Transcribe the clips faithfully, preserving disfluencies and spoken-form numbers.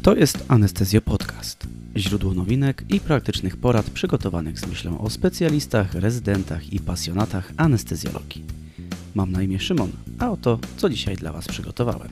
To jest Anestezjo Podcast. Źródło nowinek i praktycznych porad przygotowanych z myślą o specjalistach, rezydentach i pasjonatach anestezjologii. Mam na imię Szymon, a oto co dzisiaj dla Was przygotowałem.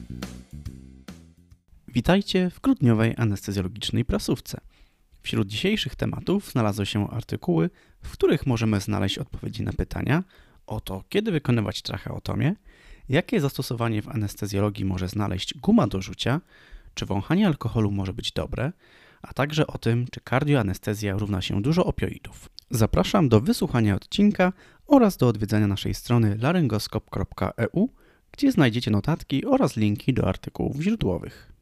Witajcie w grudniowej anestezjologicznej prasówce. Wśród dzisiejszych tematów znalazły się artykuły, w których możemy znaleźć odpowiedzi na pytania o to, kiedy wykonywać tracheotomię, jakie zastosowanie w anestezjologii może znaleźć guma do rzucia, czy wąchanie alkoholu może być dobre, a także o tym, czy kardioanestezja równa się dużo opioidów. Zapraszam do wysłuchania odcinka oraz do odwiedzenia naszej strony laryngoskop kropka e u, gdzie znajdziecie notatki oraz linki do artykułów źródłowych.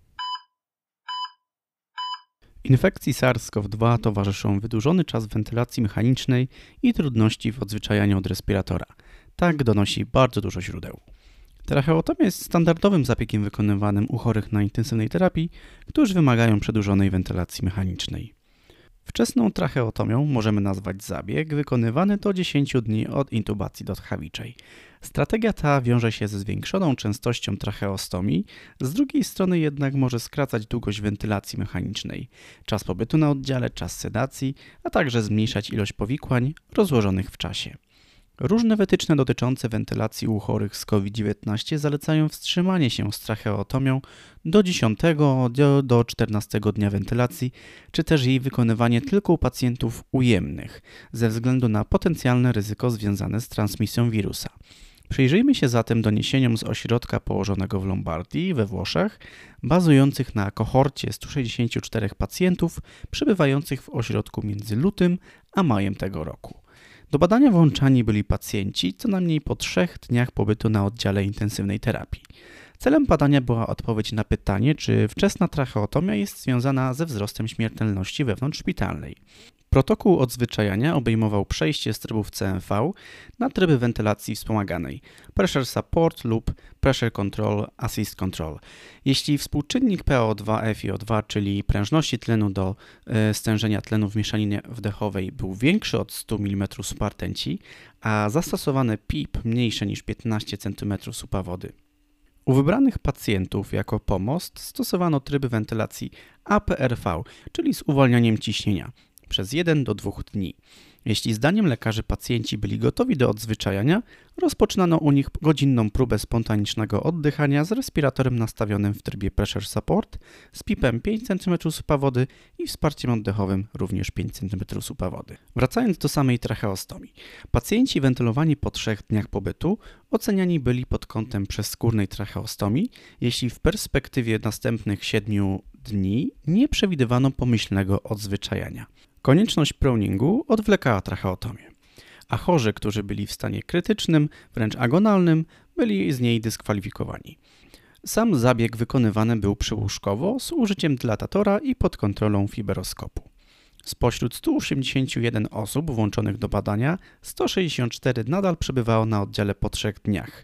Infekcji SARS-CoV dwa towarzyszą wydłużony czas wentylacji mechanicznej i trudności w odzwyczajaniu od respiratora. Tak donosi bardzo dużo źródeł. Tracheotomia jest standardowym zabiegiem wykonywanym u chorych na intensywnej terapii, którzy wymagają przedłużonej wentylacji mechanicznej. Wczesną tracheotomią możemy nazwać zabieg wykonywany do dziesięciu dni od intubacji dotchawiczej. Strategia ta wiąże się ze zwiększoną częstością tracheostomii, z drugiej strony jednak może skracać długość wentylacji mechanicznej, czas pobytu na oddziale, czas sedacji, a także zmniejszać ilość powikłań rozłożonych w czasie. Różne wytyczne dotyczące wentylacji u chorych z COVID dziewiętnaście zalecają wstrzymanie się z tracheotomią do dziesiątego do czternastego dnia wentylacji, czy też jej wykonywanie tylko u pacjentów ujemnych, ze względu na potencjalne ryzyko związane z transmisją wirusa. Przyjrzyjmy się zatem doniesieniom z ośrodka położonego w Lombardii we Włoszech, bazujących na kohorcie stu sześćdziesięciu czterech pacjentów przebywających w ośrodku między lutym a majem tego roku. Do badania włączani byli pacjenci co najmniej po trzech dniach pobytu na oddziale intensywnej terapii. Celem badania była odpowiedź na pytanie, czy wczesna tracheotomia jest związana ze wzrostem śmiertelności wewnątrzszpitalnej. Protokół odzwyczajania obejmował przejście z trybów C M V na tryby wentylacji wspomaganej Pressure Support lub Pressure Control Assist Control. Jeśli współczynnik P O dwa F i O dwa, czyli prężności tlenu do y, stężenia tlenu w mieszaninie wdechowej był większy od stu milimetrów supa rtęci, a zastosowany P I P mniejsze niż piętnaście centymetrów supa wody. U wybranych pacjentów jako pomost stosowano tryby wentylacji A P R V, czyli z uwalnianiem ciśnienia, przez jeden do dwóch dni. Jeśli zdaniem lekarzy pacjenci byli gotowi do odzwyczajania, rozpoczynano u nich godzinną próbę spontanicznego oddychania z respiratorem nastawionym w trybie Pressure Support, z P I P-em pięć centymetrów supa wody i wsparciem oddechowym również pięć centymetrów supa wody. Wracając do samej tracheostomii. Pacjenci wentylowani po trzech dniach pobytu oceniani byli pod kątem przezskórnej tracheostomii, jeśli w perspektywie następnych siedmiu dni nie przewidywano pomyślnego odzwyczajania. Konieczność proningu odwlekała tracheotomię, a chorzy, którzy byli w stanie krytycznym, wręcz agonalnym, byli z niej dyskwalifikowani. Sam zabieg wykonywany był przyłóżkowo z użyciem dylatatora i pod kontrolą fiberoskopu. Spośród stu osiemdziesięciu jeden osób włączonych do badania, sto sześćdziesiąt cztery nadal przebywało na oddziale po trzech dniach.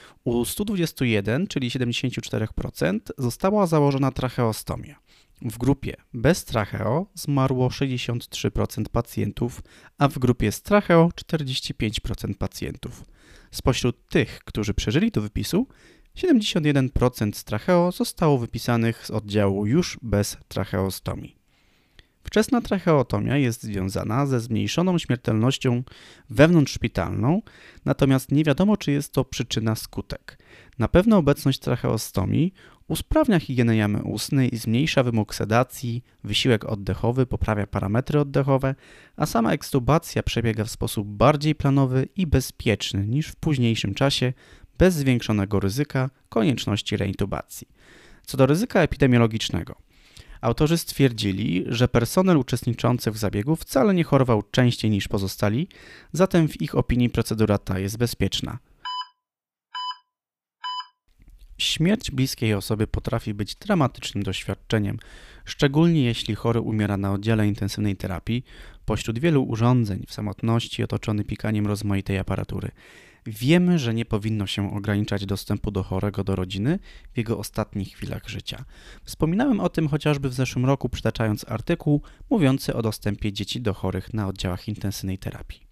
U stu dwudziestu jeden, czyli siedemdziesięciu czterech procent, została założona tracheostomia. W grupie bez tracheo zmarło sześćdziesiąt trzy procent pacjentów, a w grupie z tracheo czterdzieści pięć procent pacjentów. Spośród tych, którzy przeżyli do wypisu, siedemdziesiąt jeden procent z tracheo zostało wypisanych z oddziału już bez tracheostomii. Wczesna tracheotomia jest związana ze zmniejszoną śmiertelnością wewnątrzszpitalną, natomiast nie wiadomo, czy jest to przyczyna-skutek. Na pewno obecność tracheostomii usprawnia higienę jamy ustnej i zmniejsza wymóg sedacji, wysiłek oddechowy poprawia parametry oddechowe, a sama ekstubacja przebiega w sposób bardziej planowy i bezpieczny niż w późniejszym czasie, bez zwiększonego ryzyka konieczności reintubacji. Co do ryzyka epidemiologicznego. Autorzy stwierdzili, że personel uczestniczący w zabiegu wcale nie chorował częściej niż pozostali, zatem w ich opinii procedura ta jest bezpieczna. Śmierć bliskiej osoby potrafi być dramatycznym doświadczeniem, szczególnie jeśli chory umiera na oddziale intensywnej terapii, pośród wielu urządzeń, w samotności, otoczony pikaniem rozmaitej aparatury. Wiemy, że nie powinno się ograniczać dostępu do chorego do rodziny w jego ostatnich chwilach życia. Wspominałem o tym chociażby w zeszłym roku, przytaczając artykuł mówiący o dostępie dzieci do chorych na oddziałach intensywnej terapii.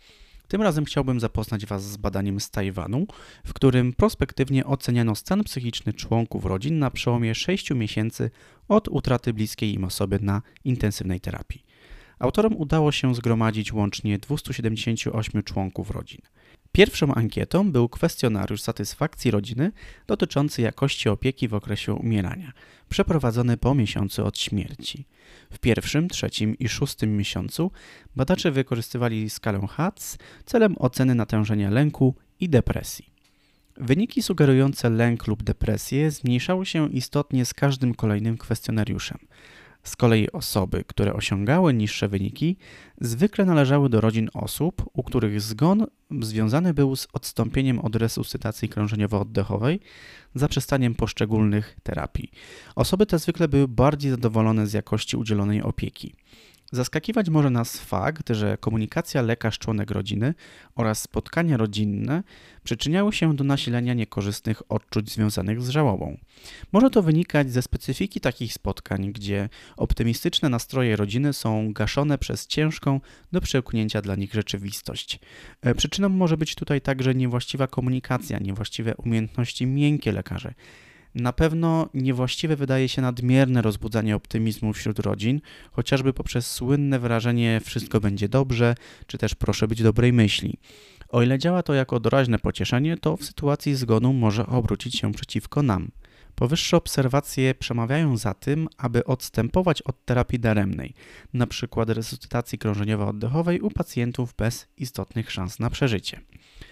Tym razem chciałbym zapoznać Was z badaniem z Tajwanu, w którym prospektywnie oceniano stan psychiczny członków rodzin na przełomie sześciu miesięcy od utraty bliskiej im osoby na intensywnej terapii. Autorom udało się zgromadzić łącznie dwieście siedemdziesiąt osiem członków rodzin. Pierwszą ankietą był kwestionariusz satysfakcji rodziny dotyczący jakości opieki w okresie umierania, przeprowadzony po miesiącu od śmierci. W pierwszym, trzecim i szóstym miesiącu badacze wykorzystywali skalę Hatz celem oceny natężenia lęku i depresji. Wyniki sugerujące lęk lub depresję zmniejszały się istotnie z każdym kolejnym kwestionariuszem. Z kolei osoby, które osiągały niższe wyniki, zwykle należały do rodzin osób, u których zgon związany był z odstąpieniem od resuscytacji krążeniowo-oddechowej, zaprzestaniem poszczególnych terapii. Osoby te zwykle były bardziej zadowolone z jakości udzielonej opieki. Zaskakiwać może nas fakt, że komunikacja lekarz-członek rodziny oraz spotkania rodzinne przyczyniały się do nasilenia niekorzystnych odczuć związanych z żałobą. Może to wynikać ze specyfiki takich spotkań, gdzie optymistyczne nastroje rodziny są gaszone przez ciężką do przełknięcia dla nich rzeczywistość. Przyczyną może być tutaj także niewłaściwa komunikacja, niewłaściwe umiejętności miękkie lekarzy. Na pewno niewłaściwe wydaje się nadmierne rozbudzanie optymizmu wśród rodzin, chociażby poprzez słynne wyrażenie wszystko będzie dobrze, czy też proszę być dobrej myśli. O ile działa to jako doraźne pocieszenie, to w sytuacji zgonu może obrócić się przeciwko nam. Powyższe obserwacje przemawiają za tym, aby odstępować od terapii daremnej, np. resuscytacji krążeniowo-oddechowej u pacjentów bez istotnych szans na przeżycie.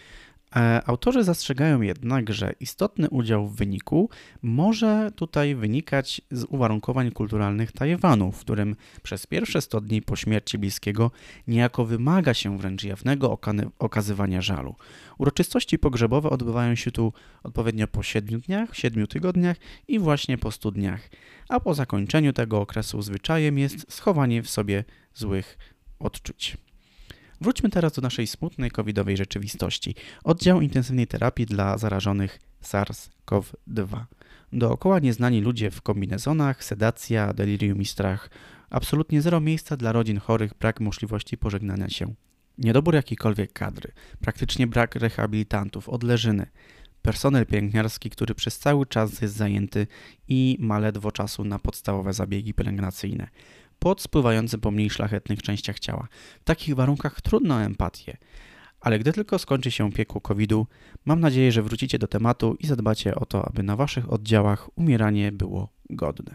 Autorzy zastrzegają jednak, że istotny udział w wyniku może tutaj wynikać z uwarunkowań kulturalnych Tajwanu, w którym przez pierwsze sto dni po śmierci bliskiego niejako wymaga się wręcz jawnego okazywania żalu. Uroczystości pogrzebowe odbywają się tu odpowiednio po siedmiu dniach, siedmiu tygodniach i właśnie po stu dniach, a po zakończeniu tego okresu zwyczajem jest schowanie w sobie złych odczuć. Wróćmy teraz do naszej smutnej covidowej rzeczywistości. Oddział intensywnej terapii dla zarażonych SARS CoV dwa. Dookoła nieznani ludzie w kombinezonach, sedacja, delirium i strach. Absolutnie zero miejsca dla rodzin chorych, brak możliwości pożegnania się. Niedobór jakiejkolwiek kadry, praktycznie brak rehabilitantów, odleżyny. Personel pielęgniarski, który przez cały czas jest zajęty i ma ledwo czasu na podstawowe zabiegi pielęgnacyjne. Pot spływający po mniej szlachetnych częściach ciała. W takich warunkach trudno o empatię. Ale gdy tylko skończy się piekło kowida, mam nadzieję, że wrócicie do tematu i zadbacie o to, aby na waszych oddziałach umieranie było godne.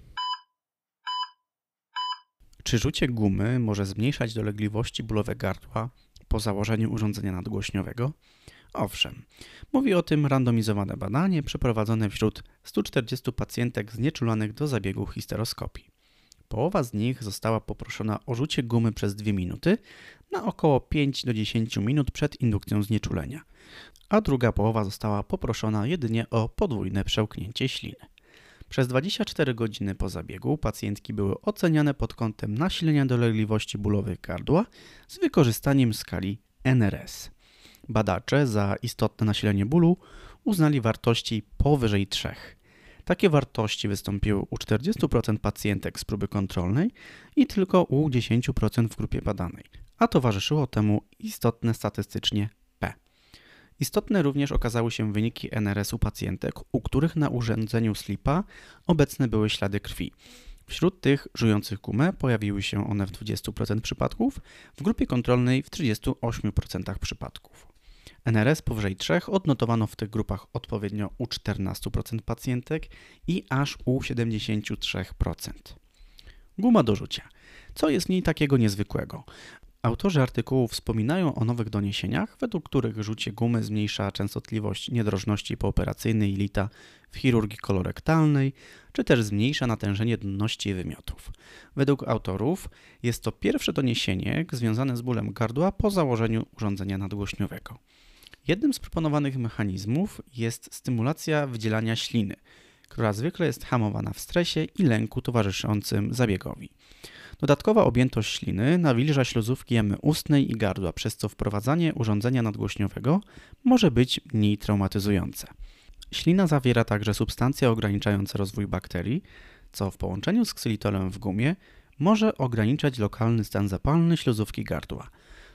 Czy rzucie gumy może zmniejszać dolegliwości bólowe gardła po założeniu urządzenia nadgłośniowego? Owszem, mówi o tym randomizowane badanie przeprowadzone wśród stu czterdziestu pacjentek znieczulanych do zabiegu histeroskopii. Połowa z nich została poproszona o rzucie gumy przez dwie minuty na około pięć do dziesięciu minut przed indukcją znieczulenia, a druga połowa została poproszona jedynie o podwójne przełknięcie śliny. Przez dwadzieścia cztery godziny po zabiegu pacjentki były oceniane pod kątem nasilenia dolegliwości bólowych gardła z wykorzystaniem skali N R S. Badacze za istotne nasilenie bólu uznali wartości powyżej trzech. Takie wartości wystąpiły u czterdziestu procent pacjentek z próby kontrolnej i tylko u dziesięciu procent w grupie badanej, a towarzyszyło temu istotne statystycznie P. Istotne również okazały się wyniki N R S u pacjentek, u których na urządzeniu slipa obecne były ślady krwi. Wśród tych żujących gumę pojawiły się one w dwudziestu procentach przypadków, w grupie kontrolnej w trzydziestu ośmiu procentach przypadków. N R S powyżej trzech odnotowano w tych grupach odpowiednio u czternastu procent pacjentek i aż u siedemdziesięciu trzech procent. Guma do rzucia. Co jest w niej takiego niezwykłego? Autorzy artykułu wspominają o nowych doniesieniach, według których rzucie gumy zmniejsza częstotliwość niedrożności pooperacyjnej jelita w chirurgii kolorektalnej, czy też zmniejsza natężenie donności i wymiotów. Według autorów jest to pierwsze doniesienie związane z bólem gardła po założeniu urządzenia nadgłośniowego. Jednym z proponowanych mechanizmów jest stymulacja wydzielania śliny, która zwykle jest hamowana w stresie i lęku towarzyszącym zabiegowi. Dodatkowa objętość śliny nawilża śluzówki jamy ustnej i gardła, przez co wprowadzanie urządzenia nadgłośniowego może być mniej traumatyzujące. Ślina zawiera także substancje ograniczające rozwój bakterii, co w połączeniu z ksylitolem w gumie może ograniczać lokalny stan zapalny śluzówki gardła.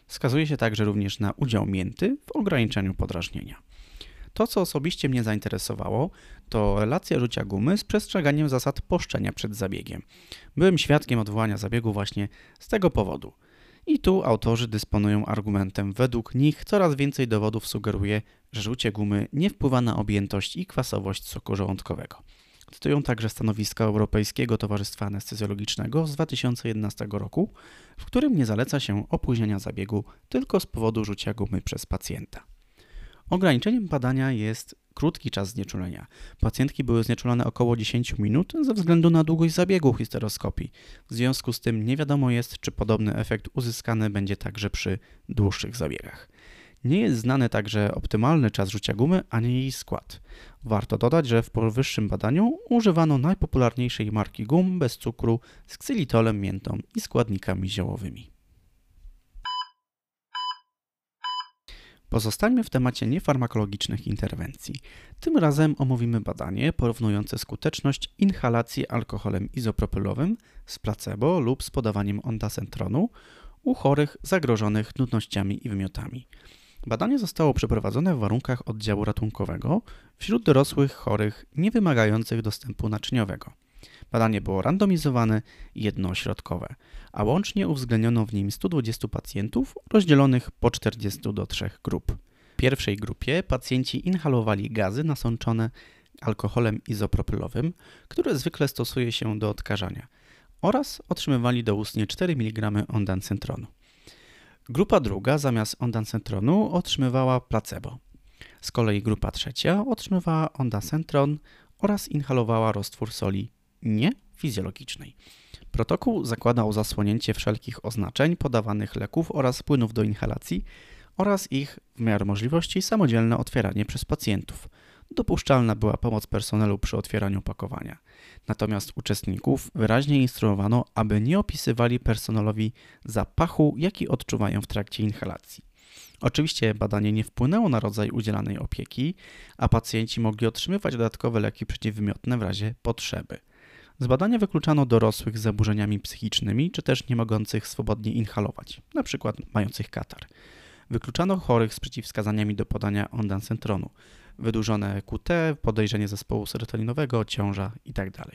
Wskazuje się także również na udział mięty w ograniczeniu podrażnienia. To, co osobiście mnie zainteresowało, to relacja rzucia gumy z przestrzeganiem zasad poszczenia przed zabiegiem. Byłem świadkiem odwołania zabiegu właśnie z tego powodu. I tu autorzy dysponują argumentem. Według nich coraz więcej dowodów sugeruje, że rzucie gumy nie wpływa na objętość i kwasowość soku żołądkowego. Cytują także stanowiska Europejskiego Towarzystwa Anestezjologicznego z dwa tysiące jedenastego roku, w którym nie zaleca się opóźnienia zabiegu tylko z powodu rzucia gumy przez pacjenta. Ograniczeniem badania jest krótki czas znieczulenia. Pacjentki były znieczulone około dziesięć minut ze względu na długość zabiegu histeroskopii. W związku z tym nie wiadomo jest, czy podobny efekt uzyskany będzie także przy dłuższych zabiegach. Nie jest znany także optymalny czas rzucia gumy, ani jej skład. Warto dodać, że w powyższym badaniu używano najpopularniejszej marki gum bez cukru z ksylitolem, miętą i składnikami ziołowymi. Pozostańmy w temacie niefarmakologicznych interwencji. Tym razem omówimy badanie porównujące skuteczność inhalacji alkoholem izopropylowym z placebo lub z podawaniem ondansetronu u chorych zagrożonych nudnościami i wymiotami. Badanie zostało przeprowadzone w warunkach oddziału ratunkowego wśród dorosłych chorych niewymagających dostępu naczyniowego. Badanie było randomizowane i jednoośrodkowe, a łącznie uwzględniono w nim stu dwudziestu pacjentów rozdzielonych po czterdziestu do trzech grup. W pierwszej grupie pacjenci inhalowali gazy nasączone alkoholem izopropylowym, które zwykle stosuje się do odkażania, oraz otrzymywali doustnie cztery miligramy ondansetronu. Grupa druga zamiast ondansetronu otrzymywała placebo. Z kolei grupa trzecia otrzymywała ondansentron oraz inhalowała roztwór soli niefizjologicznej. Protokół zakładał zasłonięcie wszelkich oznaczeń podawanych leków oraz płynów do inhalacji oraz ich w miarę możliwości samodzielne otwieranie przez pacjentów. Dopuszczalna była pomoc personelu przy otwieraniu opakowania. Natomiast uczestników wyraźnie instruowano, aby nie opisywali personelowi zapachu, jaki odczuwają w trakcie inhalacji. Oczywiście badanie nie wpłynęło na rodzaj udzielanej opieki, a pacjenci mogli otrzymywać dodatkowe leki przeciwwymiotne w razie potrzeby. Z badania wykluczano dorosłych z zaburzeniami psychicznymi, czy też nie mogących swobodnie inhalować, np. mających katar. Wykluczano chorych z przeciwwskazaniami do podania ondansetronu, wydłużone Q T, podejrzenie zespołu serotoninowego, ciąża itd.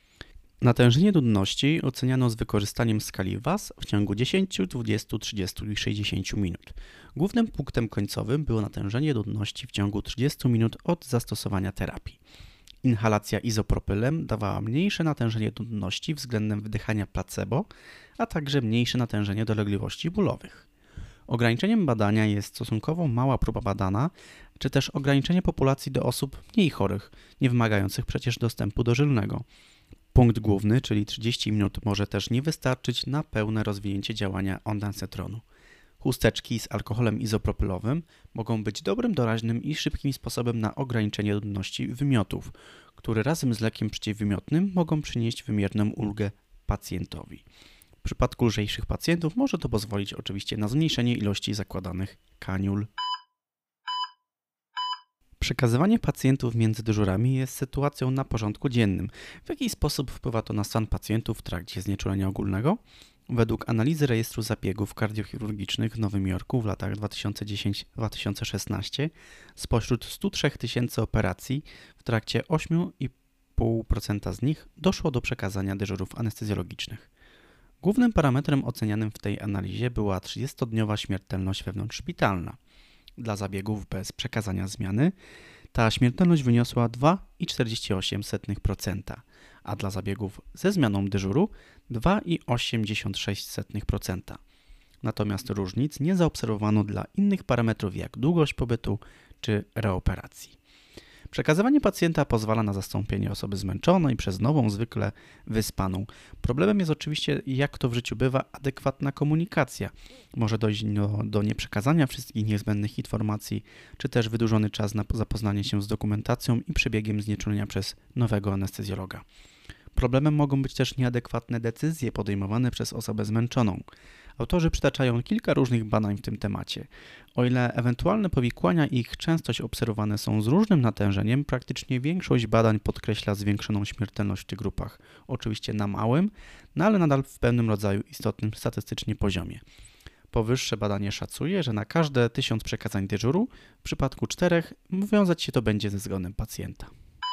Natężenie nudności oceniano z wykorzystaniem skali W A S w ciągu dziesięciu, dwudziestu, trzydziestu i sześćdziesięciu minut. Głównym punktem końcowym było natężenie nudności w ciągu trzydziestu minut od zastosowania terapii. Inhalacja izopropylem dawała mniejsze natężenie nudności względem wdychania placebo, a także mniejsze natężenie dolegliwości bólowych. Ograniczeniem badania jest stosunkowo mała próba badana, czy też ograniczenie populacji do osób mniej chorych, nie wymagających przecież dostępu dożylnego. Punkt główny, czyli trzydzieści minut, może też nie wystarczyć na pełne rozwinięcie działania ondansetronu. Chusteczki z alkoholem izopropylowym mogą być dobrym, doraźnym i szybkim sposobem na ograniczenie nudności wymiotów, które razem z lekiem przeciwwymiotnym mogą przynieść wymierną ulgę pacjentowi. W przypadku lżejszych pacjentów może to pozwolić oczywiście na zmniejszenie ilości zakładanych kaniul. Przekazywanie pacjentów między dyżurami jest sytuacją na porządku dziennym. W jaki sposób wpływa to na stan pacjentów w trakcie znieczulenia ogólnego? Według analizy rejestru zabiegów kardiochirurgicznych w Nowym Jorku w latach dwa tysiące dziesiątym do dwa tysiące szesnastego spośród stu trzech tysięcy operacji w trakcie ośmiu i pół procent z nich doszło do przekazania dyżurów anestezjologicznych. Głównym parametrem ocenianym w tej analizie była trzydziestodniowa śmiertelność wewnątrzszpitalna. Dla zabiegów bez przekazania zmiany ta śmiertelność wyniosła dwa przecinek czterdzieści osiem procent, a dla zabiegów ze zmianą dyżuru dwa przecinek osiemdziesiąt sześć procent. Natomiast różnic nie zaobserwowano dla innych parametrów jak długość pobytu czy reoperacji. Przekazywanie pacjenta pozwala na zastąpienie osoby zmęczonej przez nową, zwykle wyspaną. Problemem jest oczywiście, jak to w życiu bywa, adekwatna komunikacja. Może dojść do, do nieprzekazania wszystkich niezbędnych informacji, czy też wydłużony czas na zapoznanie się z dokumentacją i przebiegiem znieczulenia przez nowego anestezjologa. Problemem mogą być też nieadekwatne decyzje podejmowane przez osobę zmęczoną. Autorzy przytaczają kilka różnych badań w tym temacie. O ile ewentualne powikłania i ich częstość obserwowane są z różnym natężeniem, praktycznie większość badań podkreśla zwiększoną śmiertelność w tych grupach. Oczywiście na małym, no ale nadal w pewnym rodzaju istotnym statystycznie poziomie. Powyższe badanie szacuje, że na każde tysiąc przekazań dyżuru, w przypadku czterech, wiązać się to będzie ze zgonem pacjenta.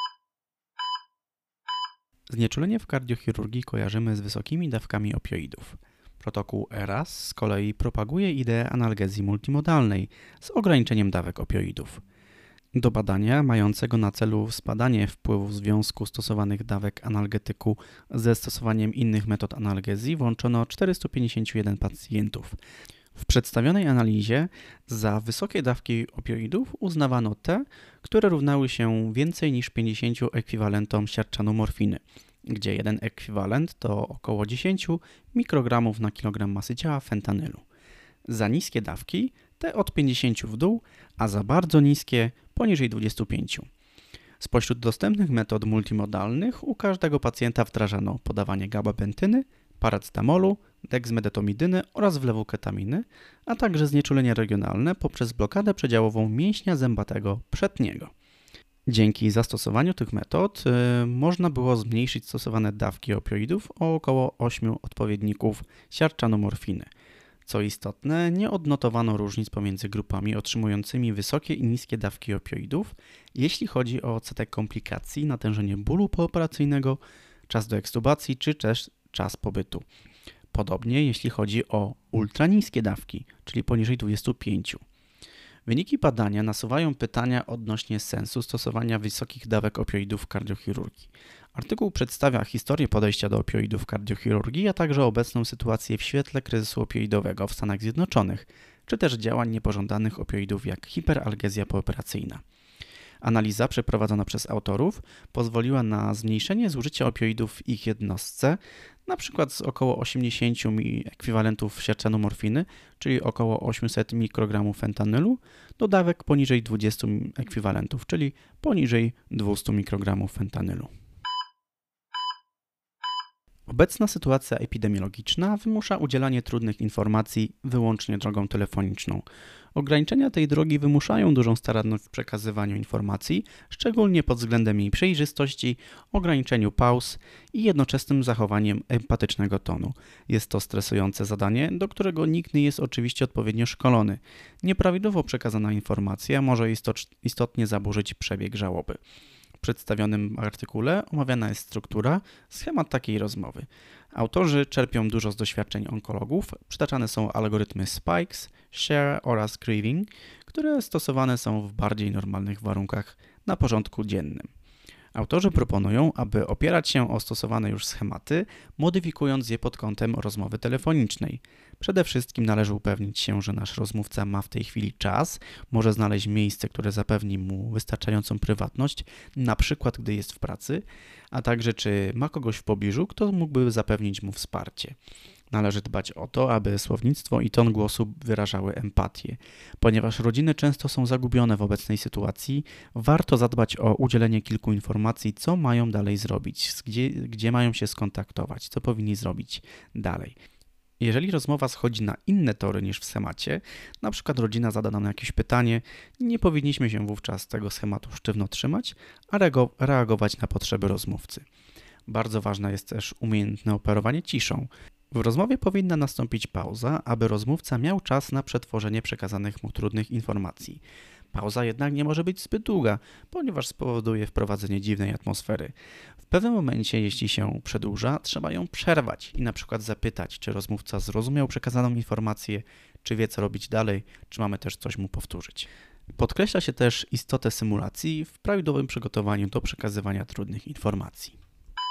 Znieczulenie w kardiochirurgii kojarzymy z wysokimi dawkami opioidów. Protokół E R A S z kolei propaguje ideę analgezji multimodalnej z ograniczeniem dawek opioidów. Do badania mającego na celu zbadanie wpływu związku stosowanych dawek analgetyku ze stosowaniem innych metod analgezji włączono czterystu pięćdziesięciu jeden pacjentów. W przedstawionej analizie za wysokie dawki opioidów uznawano te, które równały się więcej niż pięćdziesięciu ekwiwalentom siarczanu morfiny, gdzie jeden ekwiwalent to około dziesięć mikrogramów na kilogram masy ciała fentanylu. Za niskie dawki te od pięćdziesięciu w dół, a za bardzo niskie poniżej dwudziestu pięciu. Spośród dostępnych metod multimodalnych u każdego pacjenta wdrażano podawanie gabapentyny, paracetamolu, dexmedetomydyny oraz wlewu ketaminy, a także znieczulenie regionalne poprzez blokadę przedziałową mięśnia zębatego przedniego. Dzięki zastosowaniu tych metod yy, można było zmniejszyć stosowane dawki opioidów o około ośmiu odpowiedników siarczanu morfiny. Co istotne, nie odnotowano różnic pomiędzy grupami otrzymującymi wysokie i niskie dawki opioidów, jeśli chodzi o odsetek komplikacji, natężenie bólu pooperacyjnego, czas do ekstubacji czy też czas pobytu. Podobnie jeśli chodzi o ultraniskie dawki, czyli poniżej dwudziestu pięciu. Wyniki badania nasuwają pytania odnośnie sensu stosowania wysokich dawek opioidów w kardiochirurgii. Artykuł przedstawia historię podejścia do opioidów w kardiochirurgii, a także obecną sytuację w świetle kryzysu opioidowego w Stanach Zjednoczonych, czy też działań niepożądanych opioidów jak hiperalgezja pooperacyjna. Analiza przeprowadzona przez autorów pozwoliła na zmniejszenie zużycia opioidów w ich jednostce, np. z około osiemdziesięciu ekwiwalentów siarczanu morfiny, czyli około osiemset mikrogramów fentanylu, do dawek poniżej dwudziestu ekwiwalentów, czyli poniżej dwustu mikrogramów fentanylu. Obecna sytuacja epidemiologiczna wymusza udzielanie trudnych informacji wyłącznie drogą telefoniczną. Ograniczenia tej drogi wymuszają dużą staranność w przekazywaniu informacji, szczególnie pod względem jej przejrzystości, ograniczeniu pauz i jednoczesnym zachowaniem empatycznego tonu. Jest to stresujące zadanie, do którego nikt nie jest oczywiście odpowiednio szkolony. Nieprawidłowo przekazana informacja może istotnie zaburzyć przebieg żałoby. W przedstawionym artykule omawiana jest struktura, schemat takiej rozmowy. Autorzy czerpią dużo z doświadczeń onkologów, przytaczane są algorytmy Spikes, Share oraz Grieving, które stosowane są w bardziej normalnych warunkach na porządku dziennym. Autorzy proponują, aby opierać się o stosowane już schematy, modyfikując je pod kątem rozmowy telefonicznej. Przede wszystkim należy upewnić się, że nasz rozmówca ma w tej chwili czas, może znaleźć miejsce, które zapewni mu wystarczającą prywatność, na przykład gdy jest w pracy, a także czy ma kogoś w pobliżu, kto mógłby zapewnić mu wsparcie. Należy dbać o to, aby słownictwo i ton głosu wyrażały empatię. Ponieważ rodziny często są zagubione w obecnej sytuacji, warto zadbać o udzielenie kilku informacji, co mają dalej zrobić, gdzie, gdzie mają się skontaktować, co powinni zrobić dalej. Jeżeli rozmowa schodzi na inne tory niż w schemacie, na przykład rodzina zada nam jakieś pytanie, nie powinniśmy się wówczas tego schematu sztywno trzymać, a reagować na potrzeby rozmówcy. Bardzo ważne jest też umiejętne operowanie ciszą. W rozmowie powinna nastąpić pauza, aby rozmówca miał czas na przetworzenie przekazanych mu trudnych informacji. Pauza jednak nie może być zbyt długa, ponieważ spowoduje wprowadzenie dziwnej atmosfery. W pewnym momencie, jeśli się przedłuża, trzeba ją przerwać i na przykład zapytać, czy rozmówca zrozumiał przekazaną informację, czy wie, co robić dalej, czy mamy też coś mu powtórzyć. Podkreśla się też istotę symulacji w prawidłowym przygotowaniu do przekazywania trudnych informacji.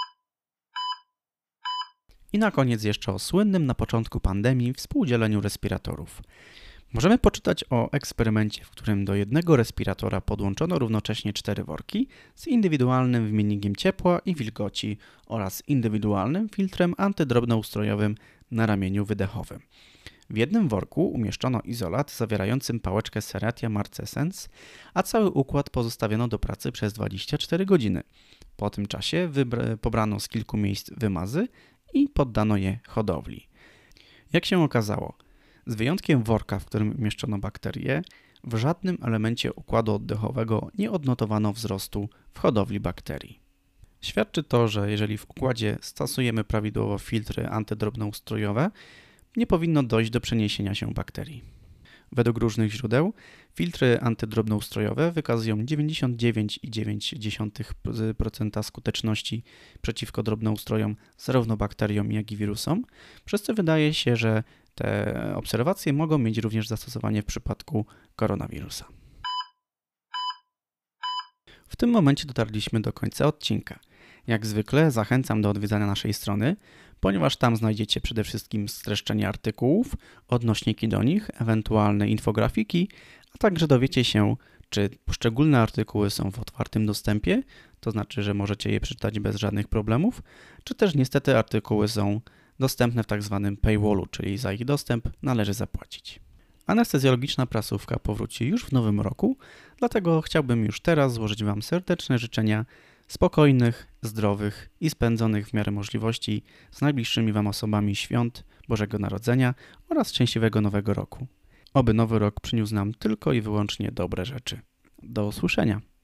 I na koniec jeszcze o słynnym na początku pandemii współdzieleniu respiratorów. Możemy poczytać o eksperymencie, w którym do jednego respiratora podłączono równocześnie cztery worki z indywidualnym wymiennikiem ciepła i wilgoci oraz indywidualnym filtrem antydrobnoustrojowym na ramieniu wydechowym. W jednym worku umieszczono izolat zawierający pałeczkę Ceratia Marcescens, a cały układ pozostawiono do pracy przez dwadzieścia cztery godziny. Po tym czasie pobrano z kilku miejsc wymazy i poddano je hodowli. Jak się okazało, z wyjątkiem worka, w którym umieszczono bakterie, w żadnym elemencie układu oddechowego nie odnotowano wzrostu w hodowli bakterii. Świadczy to, że jeżeli w układzie stosujemy prawidłowo filtry antydrobnoustrojowe, nie powinno dojść do przeniesienia się bakterii. Według różnych źródeł filtry antydrobnoustrojowe wykazują dziewięćdziesiąt dziewięć przecinek dziewięć procent skuteczności przeciwko drobnoustrojom, zarówno bakteriom, jak i wirusom, przez co wydaje się, że te obserwacje mogą mieć również zastosowanie w przypadku koronawirusa. W tym momencie dotarliśmy do końca odcinka. Jak zwykle zachęcam do odwiedzania naszej strony, ponieważ tam znajdziecie przede wszystkim streszczenie artykułów, odnośniki do nich, ewentualne infografiki, a także dowiecie się, czy poszczególne artykuły są w otwartym dostępie, to znaczy, że możecie je przeczytać bez żadnych problemów, czy też niestety artykuły są dostępne w tak zwanym paywallu, czyli za ich dostęp należy zapłacić. Anestezjologiczna prasówka powróci już w nowym roku, dlatego chciałbym już teraz złożyć Wam serdeczne życzenia spokojnych, zdrowych i spędzonych w miarę możliwości z najbliższymi Wam osobami świąt Bożego Narodzenia oraz szczęśliwego Nowego Roku. Oby nowy rok przyniósł nam tylko i wyłącznie dobre rzeczy. Do usłyszenia!